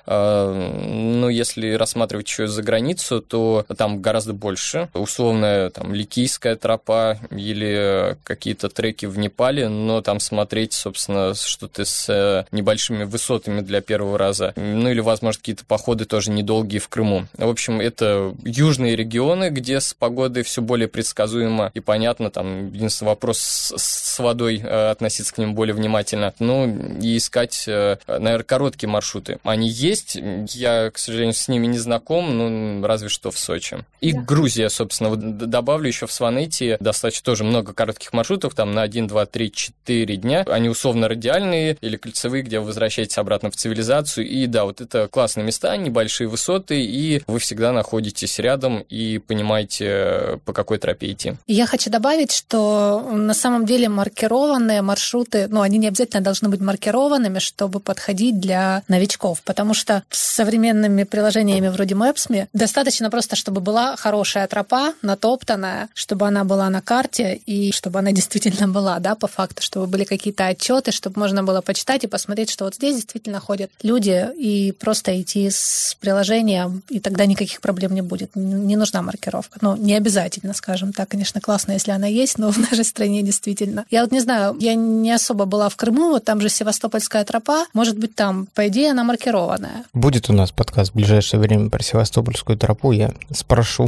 Но если рассматривать еще за границу, то там гораздо больше. Условно, там, Ликийская тропа или какие-то треки в Непале, но там смотреть, собственно, что-то с небольшими высотами для первого раза. Или, возможно, какие-то походы тоже недолгие в Крыму. В общем, это южные регионы, где с погодой все более предсказуемо и понятно. Там единственный вопрос с водой, относиться к ним более внимательно. И искать, наверное, короткие маршруты. Они есть. Я, к сожалению, с ними не знаком, разве что в Сочи. И Грузия, собственно, добавлю еще в Сванети достаточно тоже много коротких маршрутов, там на 1, 2, 3, 4 дня. Они условно радиальные или кольцевые, где вы возвращаетесь обратно в цивилизацию. И да, вот это классные места, небольшие высоты, и вы всегда находитесь рядом и понимаете, по какой тропе идти. Я хочу добавить, что на самом деле маркированные маршруты, они не обязательно должны быть маркированными, чтобы подходить для новичков, потому что с современными приложениями вроде Maps.me достаточно просто, чтобы была хорошая тропа, натоптанная, чтобы она была на карте и чтобы она действительно была, по факту, чтобы были какие-то отчеты, чтобы можно было почитать и посмотреть, что вот здесь действительно ходят люди, и просто идти с приложением, и тогда никаких проблем не будет. Не нужна маркировка. Не обязательно, скажем так. Конечно, классно, если она есть, но в нашей стране действительно. Я не знаю, я не особо была в Крыму, там же Севастопольская тропа, может быть, там, по идее, она маркированная. Будет у нас подкаст в ближайшее время про Севастопольскую тропу, я спрошу.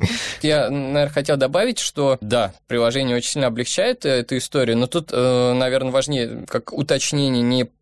Я, наверное, хотел добавить, что, да, приложение очень сильно облегчает эту историю, но тут, наверное, важнее, как уточнение, не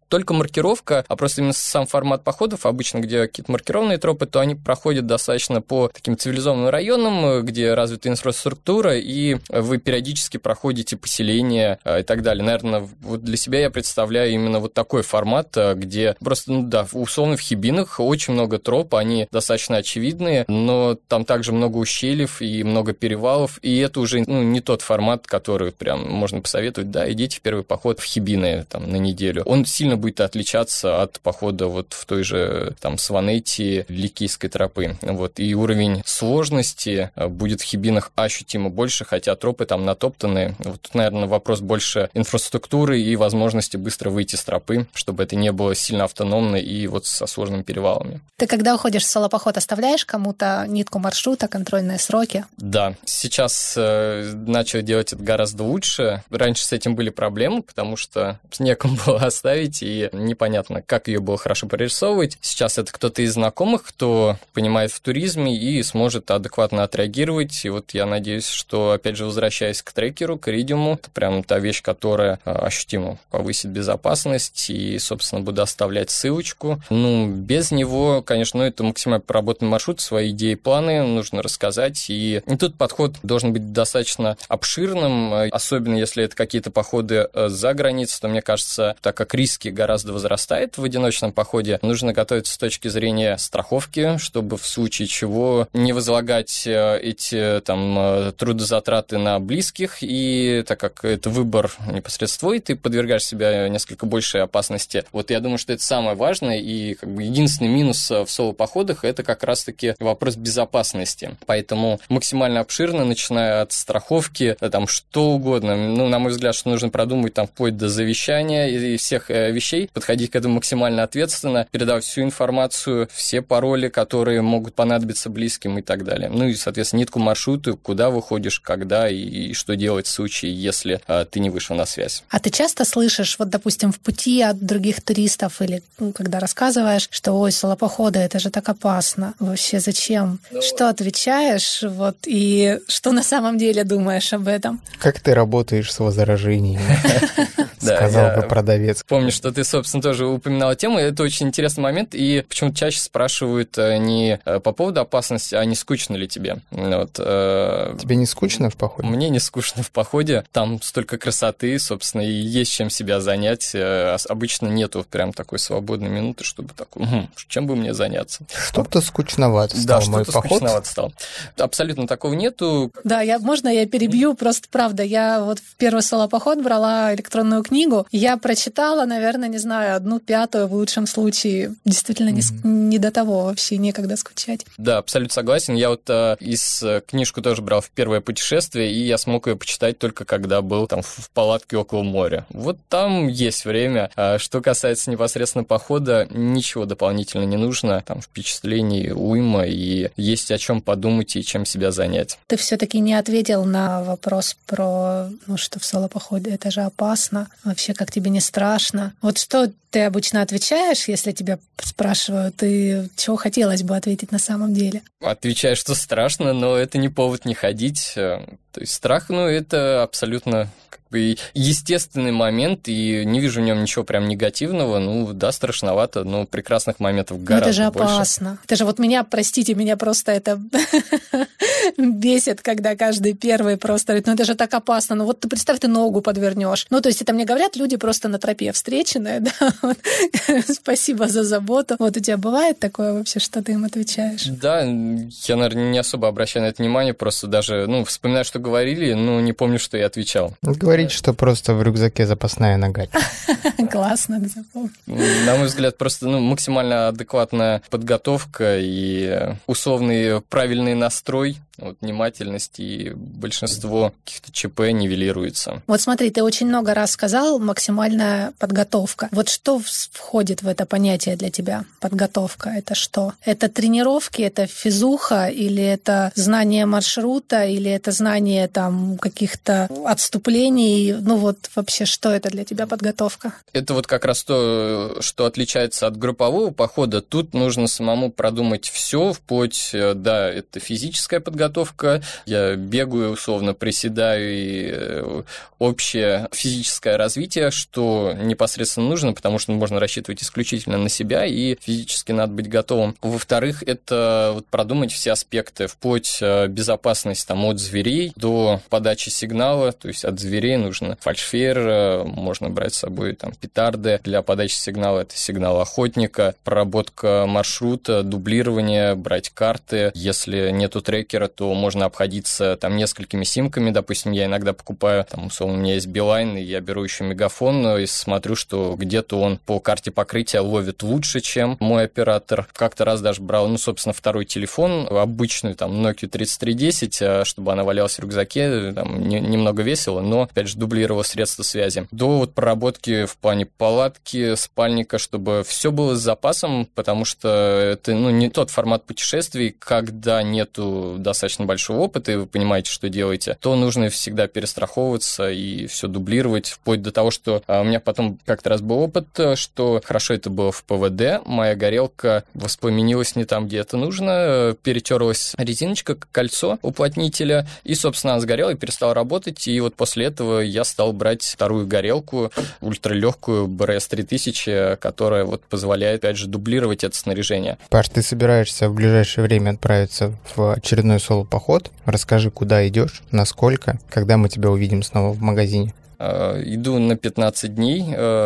только маркировка, а просто именно сам формат походов, обычно, где какие-то маркированные тропы, то они проходят достаточно по таким цивилизованным районам, где развита инфраструктура, и вы периодически проходите поселения и так далее. Наверное, вот для себя я представляю именно вот такой формат, где просто, условно, в Хибинах очень много троп, они достаточно очевидные, но там также много ущельев и много перевалов, и это уже не тот формат, который прям можно посоветовать, идите в первый поход в Хибины там, на неделю. Он сильно будет отличаться от похода вот в той же там Сванетии, Ликийской тропы. Вот. И уровень сложности будет в Хибинах ощутимо больше, хотя тропы там натоптаны. Вот тут, наверное, вопрос больше инфраструктуры и возможности быстро выйти с тропы, чтобы это не было сильно автономно и вот со сложными перевалами. Ты когда уходишь в соло-поход, оставляешь кому-то нитку маршрута, контрольные сроки? Да, сейчас начал делать это гораздо лучше. Раньше с этим были проблемы, потому что некому было оставить, и непонятно, как ее было хорошо прорисовывать. Сейчас это кто-то из знакомых, кто понимает в туризме и сможет адекватно отреагировать. И вот я надеюсь, что, опять же, возвращаясь к трекеру, к Иридиуму, это прям та вещь, которая ощутимо повысит безопасность, и, собственно, буду оставлять ссылочку. Без него, конечно, это максимально проработанный маршрут, свои идеи, планы нужно рассказать, и тут подход должен быть достаточно обширным, особенно если это какие-то походы за границей, то, мне кажется, так как риски гораздо возрастают в одиночном походе, нужно готовиться с точки зрения страховки, чтобы в случае чего не возлагать эти там трудозатраты на близких, и так как это выбор непосредственно твой, ты подвергаешь себя несколько большей опасности. Вот я думаю, что это самое важное, и как бы единственный минус в соло-походах — это как раз-таки вопрос безопасности. Поэтому максимально обширно, начиная от страховки, там что угодно. На мой взгляд, что нужно продумать там вплоть до завещания и всех вещей, подходить к этому максимально ответственно, передавать всю информацию, все пароли, которые могут понадобиться близким и так далее. И, соответственно, нитку маршрута, куда выходишь, когда и что делать в случае, если ты не вышел на связь. А ты часто слышишь, вот, допустим, в пути от других туристов или когда рассказываешь, что ой, соло-походы, это же так опасно. Вообще зачем? Что отвечаешь? Вот, и что на самом деле думаешь об этом? Как ты работаешь с возражениями? Сказал бы продавец. Помню, что ты, собственно, тоже упоминала тему. Это очень интересный момент, и почему-то чаще спрашивают не по поводу опасности, а не скучно ли тебе. Тебе не скучно в походе? Мне не скучно в походе. Там столько красоты, собственно, и есть чем себя занять. Обычно нету прям такой свободной минуты, чтобы чем бы мне заняться. Что-то скучновато стал мой поход. Да, что-то скучновато стал. Абсолютно такого нету. Да, можно я перебью? Просто правда, я вот в первый соло-поход брала электронную книгу, я прочитала, наверное, не знаю, 1/5 в лучшем случае. Действительно, не до того, вообще некогда скучать. Да, абсолютно согласен. Я вот книжку тоже брал в первое путешествие, и я смог ее почитать только когда был там в палатке около моря. Вот там есть время. Что касается непосредственно похода, ничего дополнительно не нужно. Там впечатлений уйма, и есть о чем подумать и чем себя занять. Ты все-таки не ответил на вопрос про, что в соло-походе это же опасно. Вообще, как тебе не страшно? Вот что ты обычно отвечаешь, если тебя спрашивают, и чего хотелось бы ответить на самом деле? Отвечаю, что страшно, но это не повод не ходить. То есть страх, это абсолютно естественный момент, и не вижу в нем ничего прям негативного. Да, страшновато, но прекрасных моментов гораздо больше. Это же опасно. Это же меня просто это бесит, когда каждый первый просто говорит, это же так опасно, вот ты представь, ты ногу подвернешь. То есть это мне говорят люди просто на тропе встреченные, да, спасибо за заботу. Вот у тебя бывает такое вообще, что ты им отвечаешь? Да, я, наверное, не особо обращаю на это внимание, просто даже, вспоминаю, что говорили, не помню, что я отвечал. Говорить, что просто в рюкзаке запасная нога. Классно, запомнил. На мой взгляд, просто максимально адекватная подготовка и условный правильный настрой, внимательность, и большинство каких-то ЧП нивелируется. Вот смотри, ты очень много раз сказал максимальная подготовка. Вот что входит в это понятие для тебя? Подготовка — это что? Это тренировки, это физуха, или это знание маршрута, или это знание там каких-то отступлений? Вообще, что это для тебя подготовка? Это вот как раз то, что отличается от группового похода. Тут нужно самому продумать все, вплоть, это физическая подготовка, подготовка, я бегаю, условно приседаю, и общее физическое развитие, что непосредственно нужно, потому что можно рассчитывать исключительно на себя, и физически надо быть готовым. Во-вторых, это вот продумать все аспекты, вплоть безопасность там, от зверей до подачи сигнала, то есть от зверей нужно фальшфейер, можно брать с собой там, петарды для подачи сигнала, это сигнал охотника, проработка маршрута, дублирование, брать карты. Если нету трекера, то можно обходиться там несколькими симками, допустим, я иногда покупаю, там, условно, у меня есть Билайн, и я беру еще Мегафон, и смотрю, что где-то он по карте покрытия ловит лучше, чем мой оператор. Как-то раз даже брал, собственно, второй телефон, обычную там Nokia 3310, чтобы она валялась в рюкзаке, там, немного весело, но, опять же, дублировала средства связи. До вот проработки в плане палатки, спальника, чтобы все было с запасом, потому что это, не тот формат путешествий, когда нету достаточно большого опыта, и вы понимаете, что делаете, то нужно всегда перестраховываться и все дублировать, вплоть до того, что у меня потом как-то раз был опыт, что хорошо это было в ПВД, моя горелка воспламенилась не там, где это нужно, перетерлась резиночка, кольцо уплотнителя, и, собственно, она сгорела и перестала работать, и вот после этого я стал брать вторую горелку, ультралегкую БРС 3000, которая вот позволяет, опять же, дублировать это снаряжение. Паш, ты собираешься в ближайшее время отправиться в очередной соло-поход? Расскажи, куда идешь, насколько, когда мы тебя увидим снова в магазине? Иду на 15 дней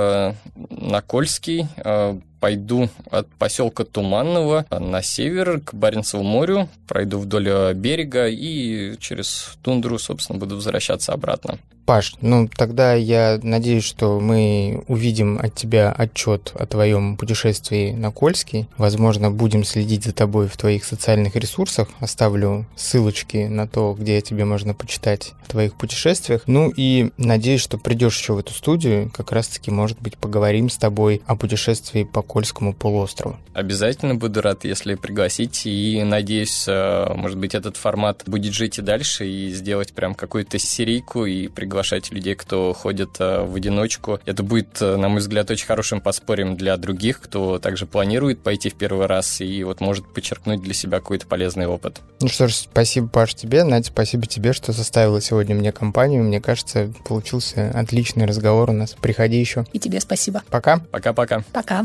на Кольский, пойду от поселка Туманного на север к Баренцеву морю, пройду вдоль берега и через тундру, собственно, буду возвращаться обратно. Паш, тогда я надеюсь, что мы увидим от тебя отчет о твоем путешествии на Кольский. Возможно, будем следить за тобой в твоих социальных ресурсах. Оставлю ссылочки на то, где тебе можно почитать о твоих путешествиях. И надеюсь, что придешь еще в эту студию. Как раз-таки, может быть, поговорим с тобой о путешествии по Кольскому полуострову. Обязательно буду рад, если пригласите. И надеюсь, может быть, этот формат будет жить и дальше, и сделать прям какую-то серийку и приглашать людей, кто ходит в одиночку. Это будет, на мой взгляд, очень хорошим подспорьем для других, кто также планирует пойти в первый раз и вот может подчеркнуть для себя какой-то полезный опыт. Что ж, спасибо, Паш, тебе. Надя, спасибо тебе, что составила сегодня мне компанию. Мне кажется, получился отличный разговор у нас. Приходи еще. И тебе спасибо. Пока. Пока-пока. Пока.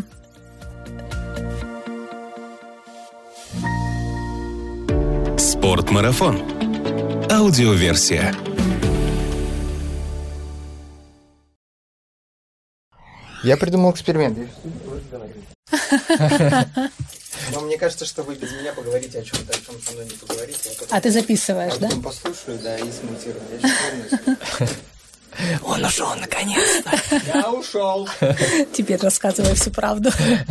Спортмарафон. Аудиоверсия. Я придумал эксперимент. Но мне кажется, что вы без меня поговорите о чем-то, о чем со мной не поговорите. А ты записываешь, да? Потом послушаю, да, и смонтирую. Я сейчас вернусь. Он ушел, наконец-то. Я ушел. Теперь рассказывай всю правду.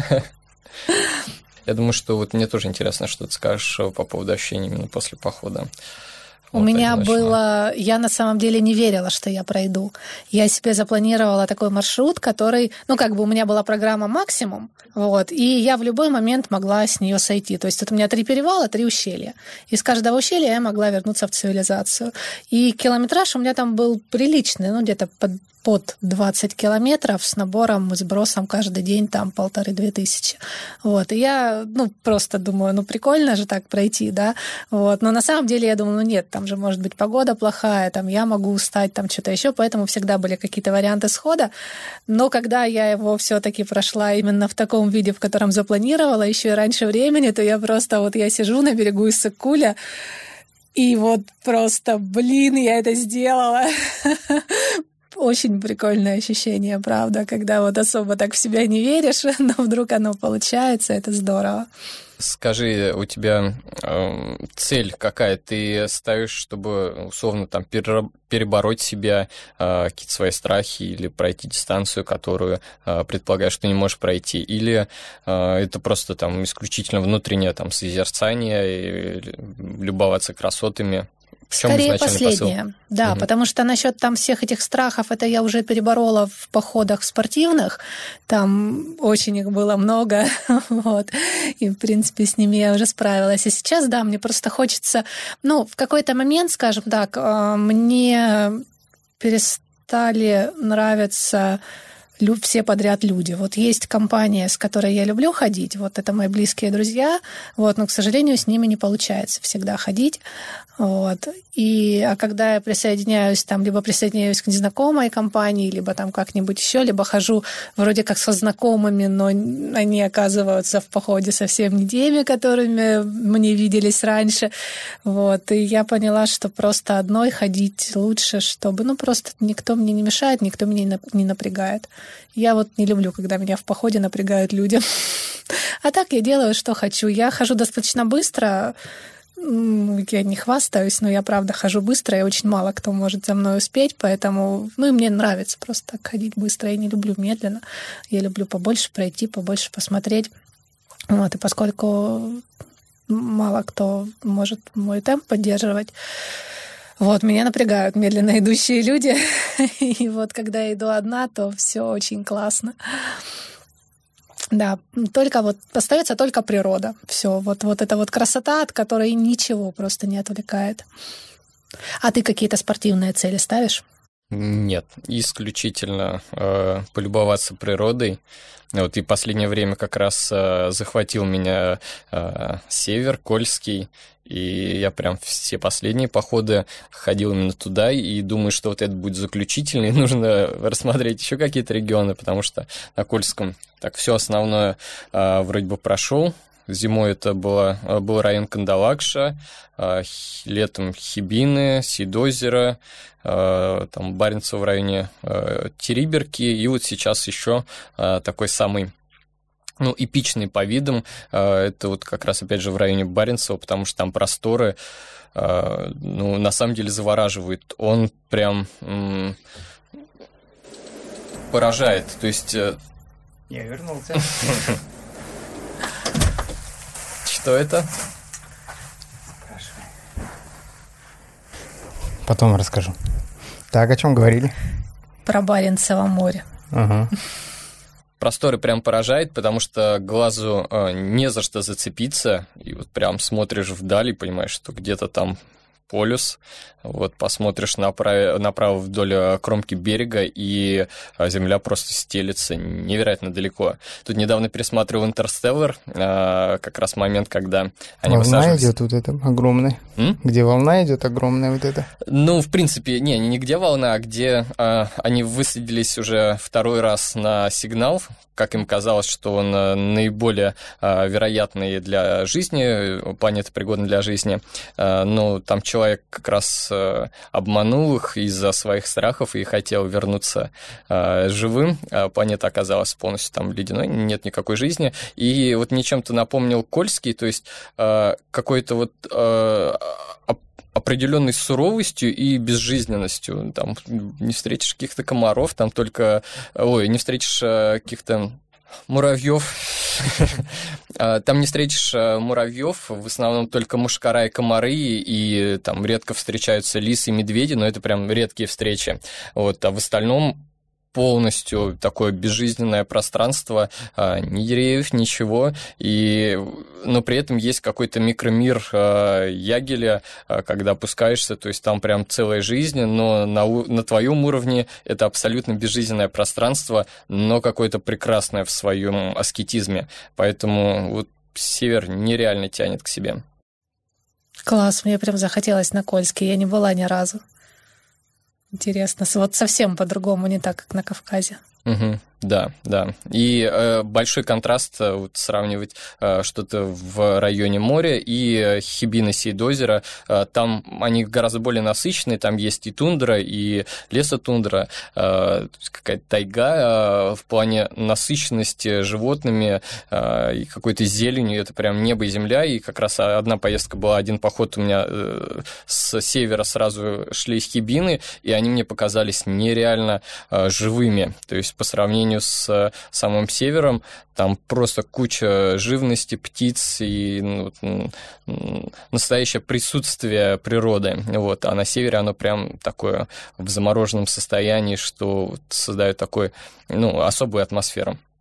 Я думаю, что вот мне тоже интересно, что ты скажешь по поводу ощущений именно после похода. У меня было... Я на самом деле не верила, что я пройду. Я себе запланировала такой маршрут, который... у меня была программа «Максимум», и я в любой момент могла с нее сойти. То есть у меня 3 перевала, 3 ущелья. Из каждого ущелья я могла вернуться в цивилизацию. И километраж у меня там был приличный, где-то под 20 километров с набором и сбросом каждый день там 1500-2000. И я, просто думаю, прикольно же так пройти, да. Но на самом деле я думаю, нет, там же может быть погода плохая, там я могу устать, там что-то еще, поэтому всегда были какие-то варианты схода. Но когда я его все-таки прошла именно в таком виде, в котором запланировала, еще и раньше времени, то я просто я сижу на берегу Иссык-Куля, и просто, я это сделала. Очень прикольное ощущение, правда, когда особо так в себя не веришь, но вдруг оно получается, это здорово. Скажи, у тебя цель какая? Ты ставишь, чтобы условно там перебороть себя, какие-то свои страхи или пройти дистанцию, которую предполагаешь, что не можешь пройти? Или это просто там исключительно внутреннее там созерцание и любоваться красотами? Скорее последнее, да, потому что насчет там всех этих страхов, это я уже переборола в походах спортивных, там очень их было много, и, в принципе, с ними я уже справилась. И сейчас, да, мне просто хочется, в какой-то момент, скажем так, мне перестали нравиться все подряд люди. Вот есть компания, с которой я люблю ходить, вот это мои близкие друзья, вот, но, к сожалению, с ними не получается всегда ходить. Вот. А когда я присоединяюсь, либо присоединяюсь к незнакомой компании, либо там как-нибудь еще, либо хожу вроде как со знакомыми, но они оказываются в походе совсем не теми, которыми мне виделись раньше. Вот. И я поняла, что просто одной ходить лучше, чтобы, просто никто мне не мешает, никто меня не напрягает. Я вот не люблю, когда меня в походе напрягают люди. А так я делаю, что хочу. Я хожу достаточно быстро. Я не хвастаюсь, но я правда хожу быстро, и очень мало кто может за мной успеть, поэтому, и мне нравится просто так ходить быстро, я не люблю медленно, я люблю побольше пройти, побольше посмотреть, вот, и поскольку мало кто может мой темп поддерживать, вот, меня напрягают медленно идущие люди, и вот когда я иду одна, то все очень классно. Да, только остается только природа. Все, вот эта вот красота, от которой ничего просто не отвлекает. А ты какие-то спортивные цели ставишь? Нет, исключительно полюбоваться природой. Вот и последнее время как раз захватил меня север, Кольский, и я прям все последние походы ходил именно туда, и думаю, что вот это будет заключительно, и нужно рассмотреть еще какие-то регионы, потому что на Кольском так все основное вроде бы прошел. Зимой это был район Кандалакша, летом Хибины, Сейдозеро, там Баренцево в районе Териберки, и вот сейчас еще такой самый эпичный по видам, это вот как раз опять же в районе Баренцева, потому что там просторы, на самом деле завораживают. Он прям поражает, то есть... Я вернулся. Что это? Спрашивай. Потом расскажу. Так, о чем говорили? Про Баренцево море. Ага. Просторы прям поражает, потому что глазу не за что зацепиться, и вот прям смотришь вдаль и понимаешь, что где-то там полюс, вот посмотришь направо вдоль кромки берега, и земля просто стелется невероятно далеко. Тут недавно пересматривал «Интерстеллар», как раз момент, когда они высаживались. Волна идет вот эта огромная. Где волна идет огромная вот эта? В принципе, не где волна, а где они высадились уже второй раз на сигнал, как им казалось, что он наиболее вероятный для жизни, планета пригодна для жизни, но там человек как раз обманул их из-за своих страхов и хотел вернуться живым. Планета оказалась полностью там ледяной, нет никакой жизни. И вот мне чем-то напомнил Кольский, то есть какой-то вот определенной суровостью и безжизненностью. Там не встретишь каких-то комаров, там только... не встретишь каких-то муравьев. Там не встретишь муравьев, в основном только мушкара и комары, и там редко встречаются лисы и медведи, но это прям редкие встречи. Вот, а в остальном полностью такое безжизненное пространство, ни деревьев, ничего, но при этом есть какой-то микромир ягеля, когда опускаешься, то есть там прям целая жизнь, но на твоем уровне это абсолютно безжизненное пространство, но какое-то прекрасное в своем аскетизме, поэтому вот север нереально тянет к себе. Класс, мне прям захотелось на Кольский, я не была ни разу. Интересно, вот совсем по-другому, не так, как на Кавказе. Угу. Да. И большой контраст вот, сравнивать что-то в районе моря и Хибины, Сейдозеро. Там они гораздо более насыщенные, там есть и тундра, и лесотундра, какая-то тайга в плане насыщенности животными и какой-то зеленью. Это прям небо и земля. И как раз одна поездка была, один поход у меня с севера сразу шли Хибины, и они мне показались нереально живыми. То есть по сравнению с самым севером, там просто куча живности, птиц и настоящее присутствие природы. Вот. А на севере оно прям такое в замороженном состоянии, что создает такую особую атмосферу.